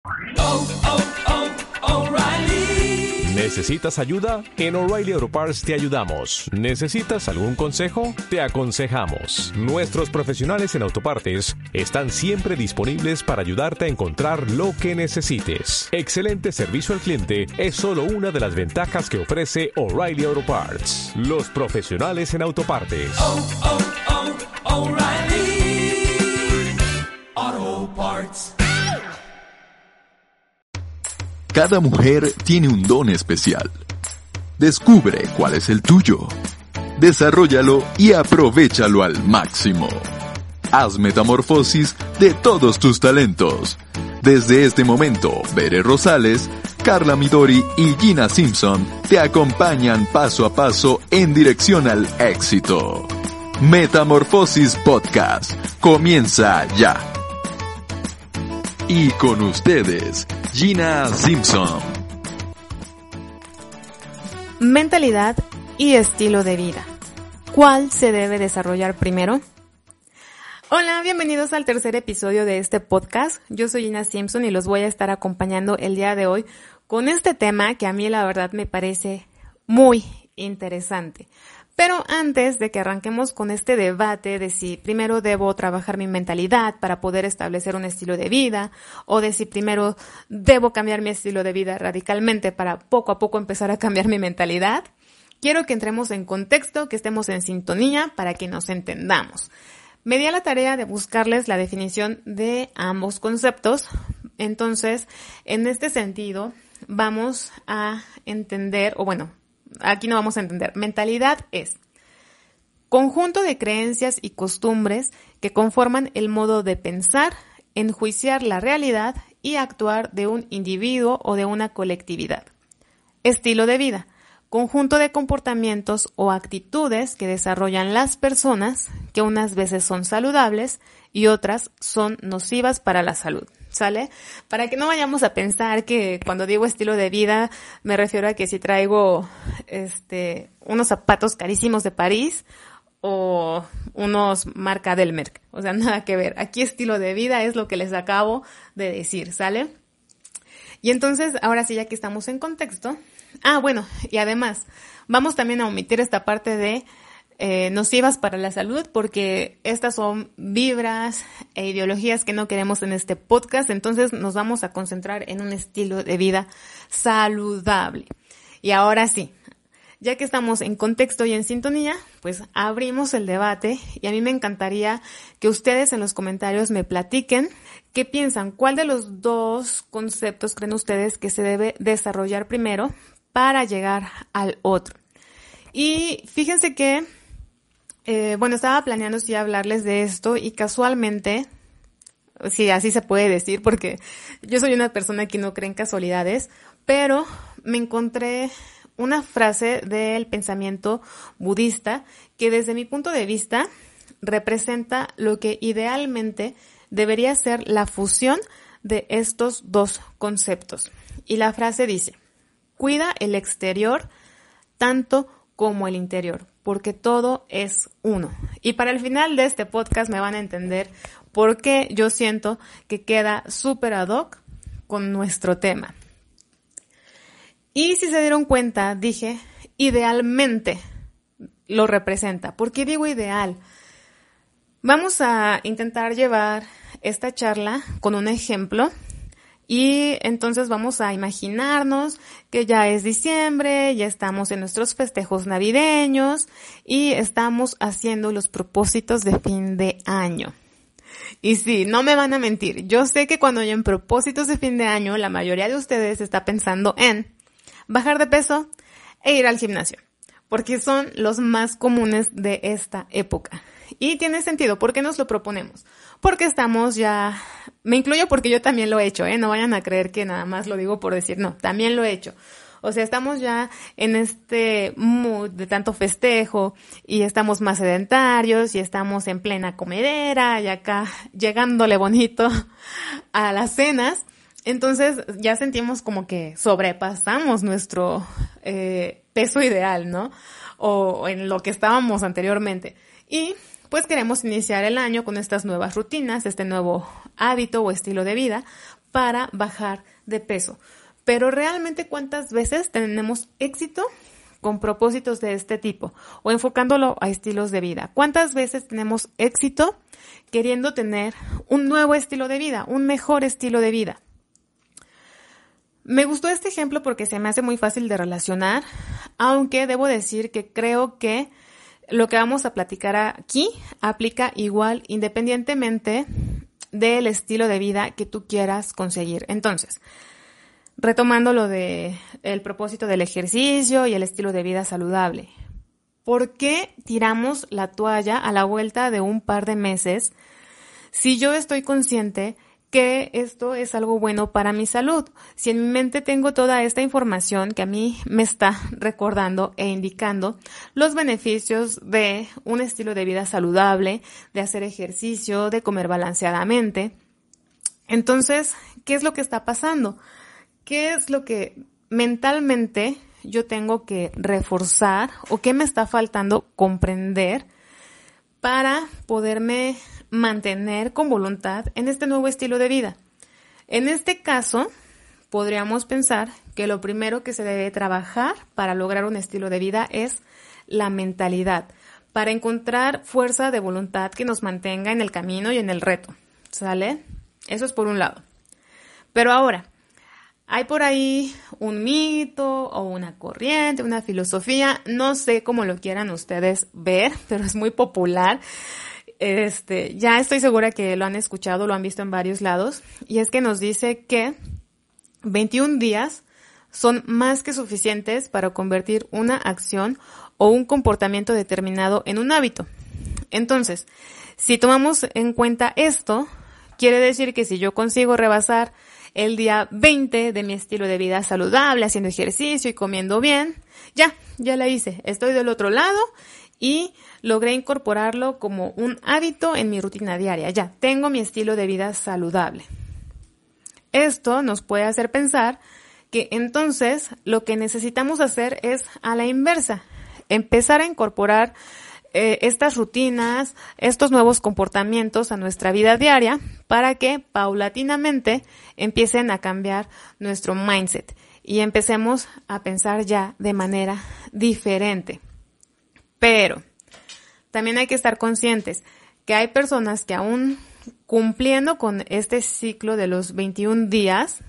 O'Reilly. ¿Necesitas ayuda? En O'Reilly Auto Parts te ayudamos. ¿Necesitas algún consejo? Te aconsejamos. Nuestros profesionales en autopartes están siempre disponibles para ayudarte a encontrar lo que necesites. Excelente servicio al cliente es solo una de las ventajas que ofrece O'Reilly Auto Parts. Los profesionales en autopartes. O'Reilly Auto Parts. Cada mujer tiene un don especial. Descubre cuál es el tuyo. Desarróllalo y aprovéchalo al máximo. Haz metamorfosis de todos tus talentos. Desde este momento, Bere Rosales, Carla Midori y Gina Simpson te acompañan paso a paso en dirección al éxito. Metamorfosis Podcast comienza ya. Y con ustedes, Gina Simpson. Mentalidad y estilo de vida. ¿Cuál se debe desarrollar primero? Hola, bienvenidos al tercer episodio de este podcast. Yo soy Gina Simpson y los voy a estar acompañando el día de hoy con este tema que a mí la verdad me parece muy interesante. Pero antes de que arranquemos con este debate de si primero debo trabajar mi mentalidad para poder establecer un estilo de vida o de si primero debo cambiar mi estilo de vida radicalmente para poco a poco empezar a cambiar mi mentalidad, quiero que entremos en contexto, que estemos en sintonía para que nos entendamos. Me di a la tarea de buscarles la definición de ambos conceptos, entonces en este sentido vamos a entender, aquí no vamos a entender. Mentalidad es conjunto de creencias y costumbres que conforman el modo de pensar, enjuiciar la realidad y actuar de un individuo o de una colectividad. Estilo de vida. Conjunto de comportamientos o actitudes que desarrollan las personas que unas veces son saludables y otras son nocivas para la salud. ¿Sale? Para que no vayamos a pensar que cuando digo estilo de vida me refiero a que si traigo unos zapatos carísimos de París o unos marca Delmerc. O sea, nada que ver. Aquí estilo de vida es lo que les acabo de decir, ¿sale? Y entonces, ahora sí, ya que estamos en contexto. Y además, vamos también a omitir esta parte de nocivas para la salud, porque estas son vibras e ideologías que no queremos en este podcast, entonces nos vamos a concentrar en un estilo de vida saludable. Y ahora sí, ya que estamos en contexto y en sintonía, pues abrimos el debate y a mí me encantaría que ustedes en los comentarios me platiquen qué piensan, cuál de los dos conceptos creen ustedes que se debe desarrollar primero para llegar al otro. Y fíjense que estaba planeando sí hablarles de esto y casualmente, sí, así se puede decir porque yo soy una persona que no cree en casualidades, pero me encontré una frase del pensamiento budista que desde mi punto de vista representa lo que idealmente debería ser la fusión de estos dos conceptos. Y la frase dice: cuida el exterior tanto como el interior, porque todo es uno. Y para el final de este podcast me van a entender por qué yo siento que queda súper ad hoc con nuestro tema. Y si se dieron cuenta, dije, idealmente lo representa. ¿Por qué digo ideal? Vamos a intentar llevar esta charla con un ejemplo. Y entonces vamos a imaginarnos que ya es diciembre, ya estamos en nuestros festejos navideños y estamos haciendo los propósitos de fin de año. Y sí, no me van a mentir, yo sé que cuando oyen propósitos de fin de año, la mayoría de ustedes está pensando en bajar de peso e ir al gimnasio, porque son los más comunes de esta época. Y tiene sentido, ¿por qué nos lo proponemos? Porque estamos ya, me incluyo porque yo también lo he hecho, no vayan a creer que nada más lo digo por decir, no, también lo he hecho. O sea, estamos ya en este mood de tanto festejo y estamos más sedentarios y estamos en plena comedera y acá llegándole bonito a las cenas. Entonces ya sentimos como que sobrepasamos nuestro peso ideal, ¿no? O en lo que estábamos anteriormente. Y pues queremos iniciar el año con estas nuevas rutinas, este nuevo hábito o estilo de vida para bajar de peso. Pero realmente, ¿cuántas veces tenemos éxito con propósitos de este tipo o enfocándolo a estilos de vida? ¿Cuántas veces tenemos éxito queriendo tener un nuevo estilo de vida, un mejor estilo de vida? Me gustó este ejemplo porque se me hace muy fácil de relacionar, aunque debo decir que creo que lo que vamos a platicar aquí aplica igual independientemente del estilo de vida que tú quieras conseguir. Entonces, retomando lo de el propósito del ejercicio y el estilo de vida saludable. ¿Por qué tiramos la toalla a la vuelta de un par de meses si yo estoy consciente que esto es algo bueno para mi salud? Si en mi mente tengo toda esta información que a mí me está recordando e indicando los beneficios de un estilo de vida saludable, de hacer ejercicio, de comer balanceadamente. Entonces, ¿qué es lo que está pasando? ¿Qué es lo que mentalmente yo tengo que reforzar o qué me está faltando comprender para poderme mantener con voluntad en este nuevo estilo de vida? En este caso, podríamos pensar que lo primero que se debe trabajar para lograr un estilo de vida es la mentalidad, para encontrar fuerza de voluntad que nos mantenga en el camino y en el reto, ¿sale? Eso es por un lado. Pero ahora, hay por ahí un mito o una corriente, una filosofía, no sé cómo lo quieran ustedes ver, pero es muy popular. Ya estoy segura que lo han escuchado, lo han visto en varios lados, y es que nos dice que 21 días son más que suficientes para convertir una acción o un comportamiento determinado en un hábito. Entonces, si tomamos en cuenta esto, quiere decir que si yo consigo rebasar el día 20 de mi estilo de vida saludable, haciendo ejercicio y comiendo bien, ya la hice. Estoy del otro lado y logré incorporarlo como un hábito en mi rutina diaria. Ya tengo mi estilo de vida saludable. Esto nos puede hacer pensar que entonces lo que necesitamos hacer es a la inversa, empezar a incorporar estas rutinas, estos nuevos comportamientos a nuestra vida diaria para que paulatinamente empiecen a cambiar nuestro mindset y empecemos a pensar ya de manera diferente. Pero también hay que estar conscientes que hay personas que aún cumpliendo con este ciclo de los 21 días,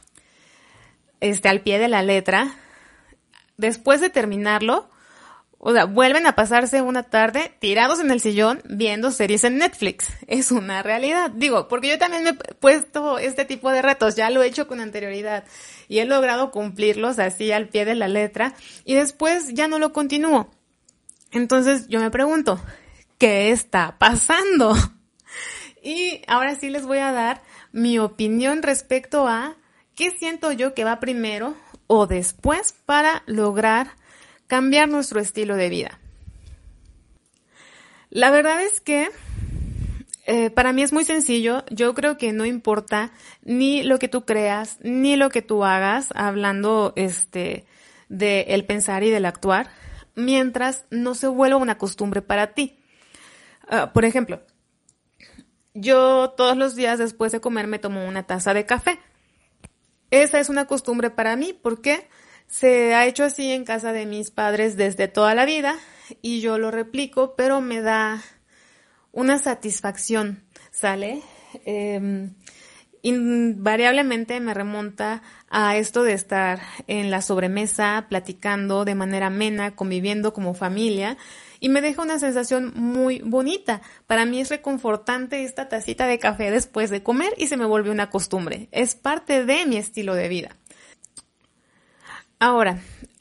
al pie de la letra, después de terminarlo, vuelven a pasarse una tarde tirados en el sillón viendo series en Netflix. Es una realidad. Digo, porque yo también me he puesto este tipo de retos, ya lo he hecho con anterioridad y he logrado cumplirlos así al pie de la letra y después ya no lo continúo. Entonces yo me pregunto, ¿qué está pasando? Y ahora sí les voy a dar mi opinión respecto a qué siento yo que va primero o después para lograr cambiar nuestro estilo de vida. La verdad es que para mí es muy sencillo. Yo creo que no importa ni lo que tú creas, ni lo que tú hagas, hablando de el pensar y del actuar, mientras no se vuelva una costumbre para ti. Por ejemplo, yo todos los días después de comer me tomo una taza de café. Esa es una costumbre para mí porque se ha hecho así en casa de mis padres desde toda la vida y yo lo replico, pero me da una satisfacción, ¿sale? Invariablemente me remonta a esto de estar en la sobremesa, platicando de manera amena, conviviendo como familia y me deja una sensación muy bonita. Para mí es reconfortante esta tacita de café después de comer y se me vuelve una costumbre. Es parte de mi estilo de vida. Ahora,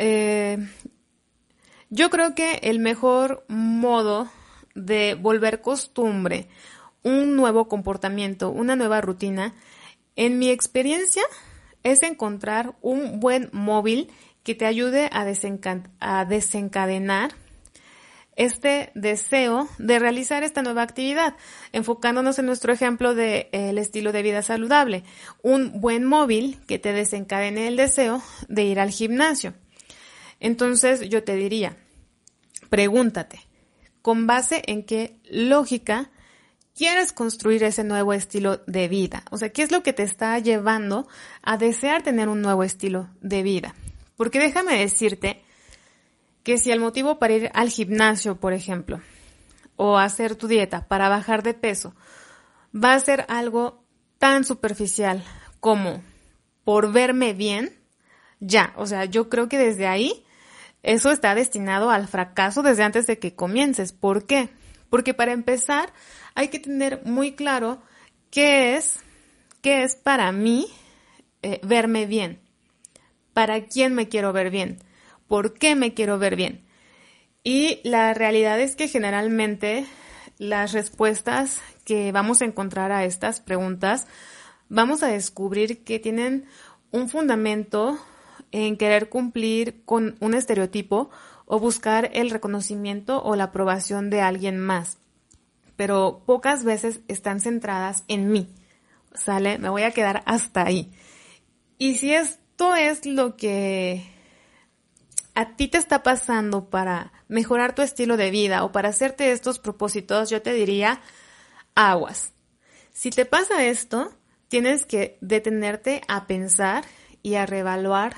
yo creo que el mejor modo de volver costumbre un nuevo comportamiento, una nueva rutina, en mi experiencia es encontrar un buen móvil que te ayude a desencadenar este deseo de realizar esta nueva actividad, enfocándonos en nuestro ejemplo del estilo de vida saludable. Un buen móvil que te desencadene el deseo de ir al gimnasio. Entonces yo te diría, pregúntate, ¿con base en qué lógica quieres construir ese nuevo estilo de vida? O sea, ¿qué es lo que te está llevando a desear tener un nuevo estilo de vida? Porque déjame decirte que si el motivo para ir al gimnasio, por ejemplo, o hacer tu dieta para bajar de peso, va a ser algo tan superficial como por verme bien, ya, o sea, yo creo que desde ahí eso está destinado al fracaso desde antes de que comiences. ¿Por qué? Porque para empezar hay que tener muy claro qué es para mí verme bien, para quién me quiero ver bien, por qué me quiero ver bien. Y la realidad es que generalmente las respuestas que vamos a encontrar a estas preguntas vamos a descubrir que tienen un fundamento en querer cumplir con un estereotipo o buscar el reconocimiento o la aprobación de alguien más. Pero pocas veces están centradas en mí. ¿Sale? Me voy a quedar hasta ahí. Y si esto es lo que a ti te está pasando para mejorar tu estilo de vida o para hacerte estos propósitos, yo te diría aguas. Si te pasa esto, tienes que detenerte a pensar y a reevaluar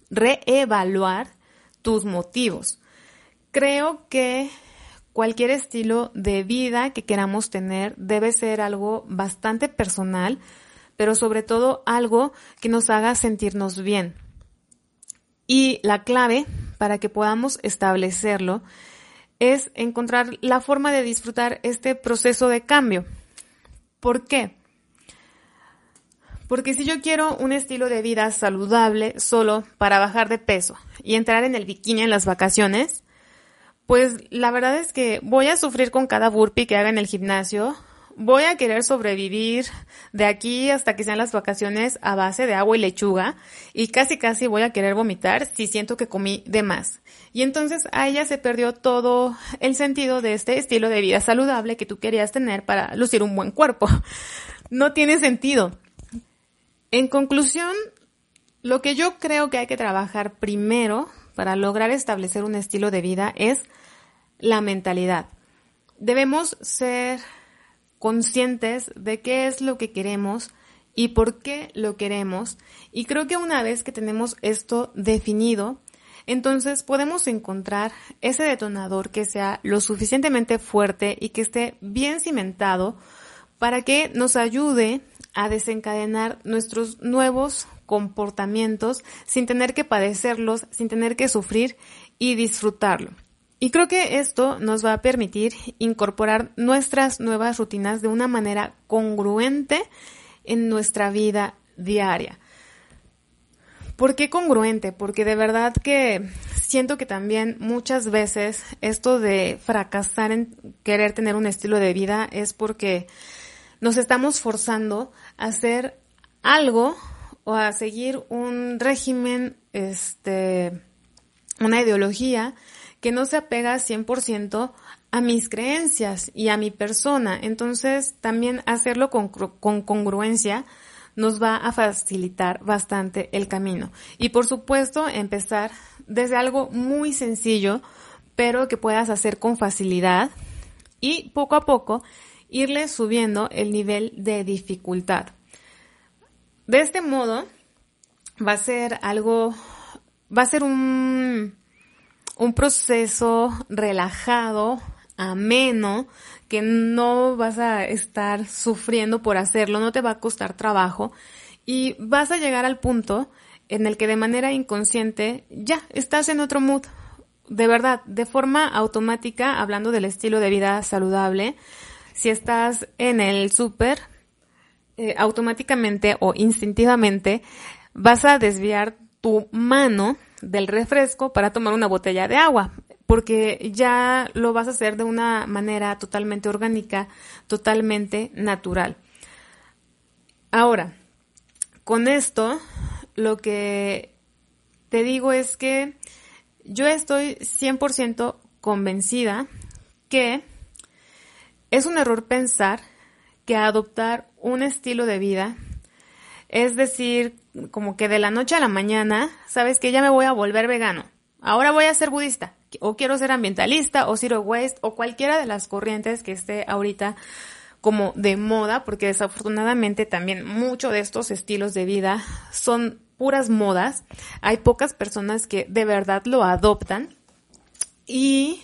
tus motivos. Creo que cualquier estilo de vida que queramos tener debe ser algo bastante personal, pero sobre todo algo que nos haga sentirnos bien. Y la clave para que podamos establecerlo es encontrar la forma de disfrutar este proceso de cambio. ¿Por qué? Porque si yo quiero un estilo de vida saludable solo para bajar de peso y entrar en el bikini en las vacaciones, pues la verdad es que voy a sufrir con cada burpee que haga en el gimnasio. Voy a querer sobrevivir de aquí hasta que sean las vacaciones a base de agua y lechuga y casi voy a querer vomitar si siento que comí de más. Y entonces ahí ya se perdió todo el sentido de este estilo de vida saludable que tú querías tener para lucir un buen cuerpo. No tiene sentido. En conclusión, lo que yo creo que hay que trabajar primero para lograr establecer un estilo de vida es la mentalidad. Debemos ser conscientes de qué es lo que queremos y por qué lo queremos. Y creo que una vez que tenemos esto definido, entonces podemos encontrar ese detonador que sea lo suficientemente fuerte y que esté bien cimentado para que nos ayude a desencadenar nuestros nuevos comportamientos sin tener que padecerlos, sin tener que sufrir y disfrutarlo. Y creo que esto nos va a permitir incorporar nuestras nuevas rutinas de una manera congruente en nuestra vida diaria. ¿Por qué congruente? Porque de verdad que siento que también muchas veces esto de fracasar en querer tener un estilo de vida es porque nos estamos forzando a hacer algo o a seguir un régimen, una ideología que no se apega 100% a mis creencias y a mi persona. Entonces, también hacerlo con congruencia nos va a facilitar bastante el camino. Y por supuesto, empezar desde algo muy sencillo, pero que puedas hacer con facilidad y poco a poco irle subiendo el nivel de dificultad. De este modo, va a ser un proceso relajado, ameno, que no vas a estar sufriendo por hacerlo, no te va a costar trabajo y vas a llegar al punto en el que de manera inconsciente ya estás en otro mood. De verdad, de forma automática, hablando del estilo de vida saludable, si estás en el súper, automáticamente o instintivamente vas a desviar tu mano del refresco para tomar una botella de agua, porque ya lo vas a hacer de una manera totalmente orgánica, totalmente natural. Ahora, con esto, lo que te digo es que yo estoy 100% convencida que es un error pensar que adoptar un estilo de vida, es decir, como que de la noche a la mañana, sabes que ya me voy a volver vegano, ahora voy a ser budista, o quiero ser ambientalista, o zero waste, o cualquiera de las corrientes que esté ahorita como de moda, porque desafortunadamente también muchos de estos estilos de vida son puras modas. Hay pocas personas que de verdad lo adoptan y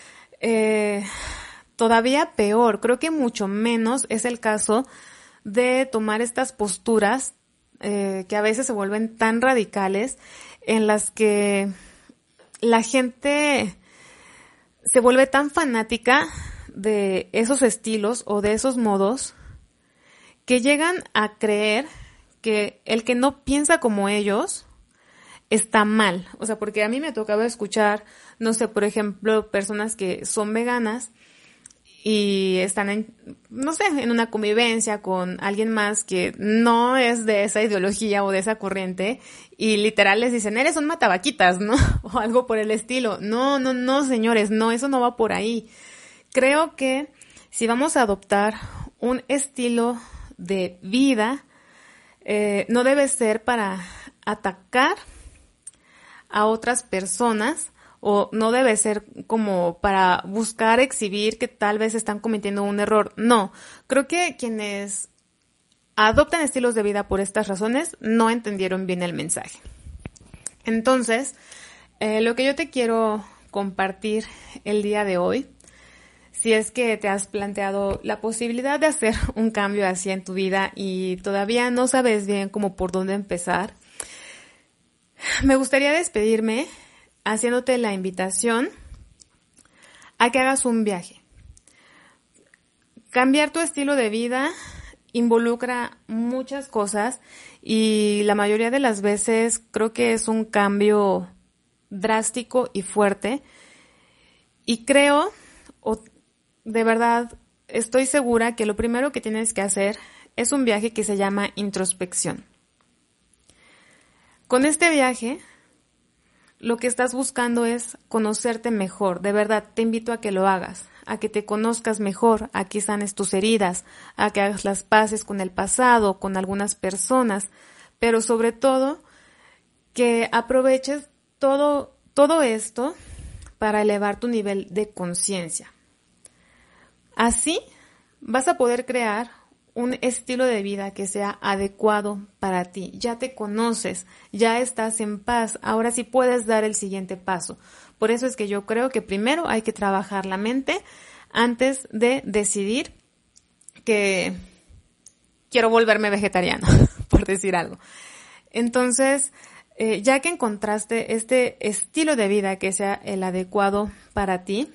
todavía peor, creo que mucho menos es el caso de tomar estas posturas que a veces se vuelven tan radicales, en las que la gente se vuelve tan fanática de esos estilos o de esos modos que llegan a creer que el que no piensa como ellos está mal. O sea, porque a mí me tocaba escuchar, no sé, por ejemplo, personas que son veganas y están en una convivencia con alguien más que no es de esa ideología o de esa corriente y literal les dicen, eres un matavaquitas, ¿no? O algo por el estilo. No, señores, no, eso no va por ahí. Creo que si vamos a adoptar un estilo de vida, no debe ser para atacar a otras personas, o no debe ser como para buscar exhibir que tal vez están cometiendo un error. No, creo que quienes adoptan estilos de vida por estas razones no entendieron bien el mensaje. Entonces, lo que yo te quiero compartir el día de hoy, si es que te has planteado la posibilidad de hacer un cambio así en tu vida y todavía no sabes bien cómo por dónde empezar, me gustaría despedirme haciéndote la invitación a que hagas un viaje. Cambiar tu estilo de vida involucra muchas cosas y la mayoría de las veces creo que es un cambio drástico y fuerte. Y creo, de verdad, estoy segura que lo primero que tienes que hacer es un viaje que se llama introspección. Con este viaje, lo que estás buscando es conocerte mejor. De verdad, te invito a que lo hagas, a que te conozcas mejor, a que sanes tus heridas, a que hagas las paces con el pasado, con algunas personas, pero sobre todo, que aproveches todo esto para elevar tu nivel de conciencia. Así vas a poder crear un estilo de vida que sea adecuado para ti. Ya te conoces, ya estás en paz, ahora sí puedes dar el siguiente paso. Por eso es que yo creo que primero hay que trabajar la mente antes de decidir que quiero volverme vegetariano, por decir algo. Entonces, ya que encontraste este estilo de vida que sea el adecuado para ti,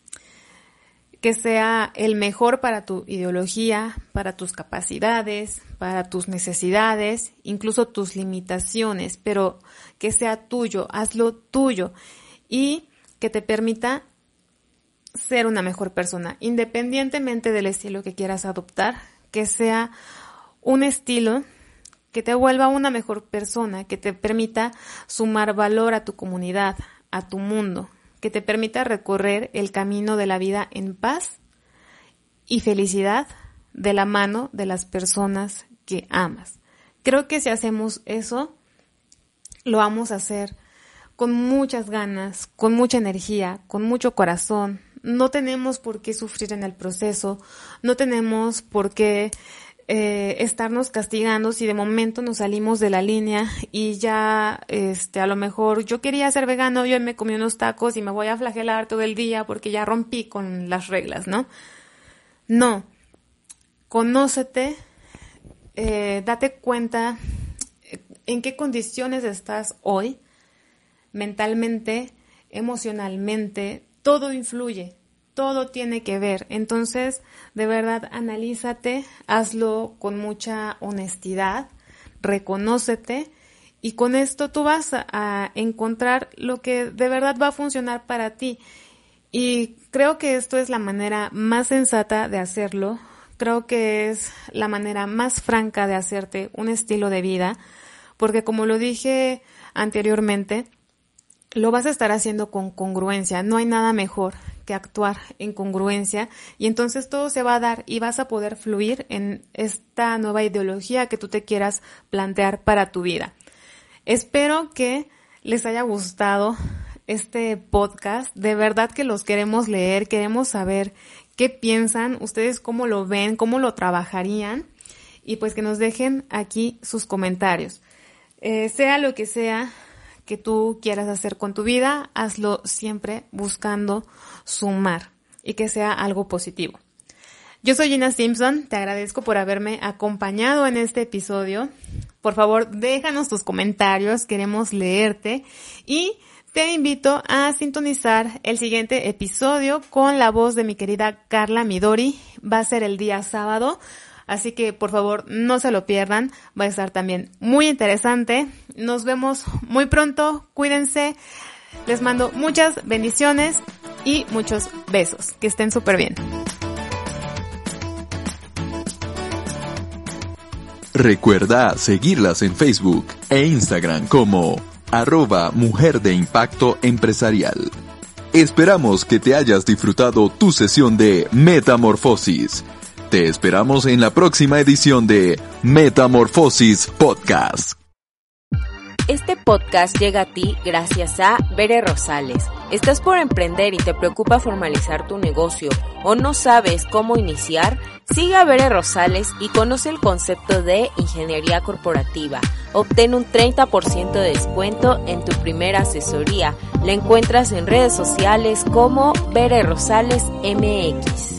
que sea el mejor para tu ideología, para tus capacidades, para tus necesidades, incluso tus limitaciones, pero que sea tuyo, hazlo tuyo y que te permita ser una mejor persona, independientemente del estilo que quieras adoptar, que sea un estilo que te vuelva una mejor persona, que te permita sumar valor a tu comunidad, a tu mundo, que te permita recorrer el camino de la vida en paz y felicidad de la mano de las personas que amas. Creo que si hacemos eso, lo vamos a hacer con muchas ganas, con mucha energía, con mucho corazón. No tenemos por qué sufrir en el proceso, no tenemos por qué estarnos castigando si de momento nos salimos de la línea y ya a lo mejor yo quería ser vegano, yo me comí unos tacos y me voy a flagelar todo el día porque ya rompí con las reglas, ¿no? No, conócete, date cuenta en qué condiciones estás hoy, mentalmente, emocionalmente, todo influye. Todo tiene que ver. Entonces, de verdad, analízate, hazlo con mucha honestidad, reconócete y con esto tú vas a encontrar lo que de verdad va a funcionar para ti. Y creo que esto es la manera más sensata de hacerlo. Creo que es la manera más franca de hacerte un estilo de vida, porque como lo dije anteriormente, lo vas a estar haciendo con congruencia. No hay nada mejor que actuar en congruencia y entonces todo se va a dar y vas a poder fluir en esta nueva ideología que tú te quieras plantear para tu vida. Espero que les haya gustado este podcast. De verdad que los queremos leer, queremos saber qué piensan, ustedes cómo lo ven, cómo lo trabajarían, y pues que nos dejen aquí sus comentarios. Sea lo que sea que tú quieras hacer con tu vida, hazlo siempre buscando sumar y que sea algo positivo. Yo soy Gina Simpson, te agradezco por haberme acompañado en este episodio. Por favor, déjanos tus comentarios, queremos leerte, y te invito a sintonizar el siguiente episodio con la voz de mi querida Carla Midori. Va a ser el día sábado, así que por favor no se lo pierdan, va a estar también muy interesante. Nos vemos muy pronto, cuídense, les mando muchas bendiciones y muchos besos, que estén súper bien. Recuerda seguirlas en Facebook e Instagram como @Mujer de Impacto Empresarial. Esperamos que te hayas disfrutado tu sesión de Metamorfosis. Te esperamos en la próxima edición de Metamorfosis Podcast. Este podcast llega a ti gracias a Bere Rosales. ¿Estás por emprender y te preocupa formalizar tu negocio o no sabes cómo iniciar? Sigue a Bere Rosales y conoce el concepto de ingeniería corporativa. Obtén un 30% de descuento en tu primera asesoría. La encuentras en redes sociales como Bere Rosales MX.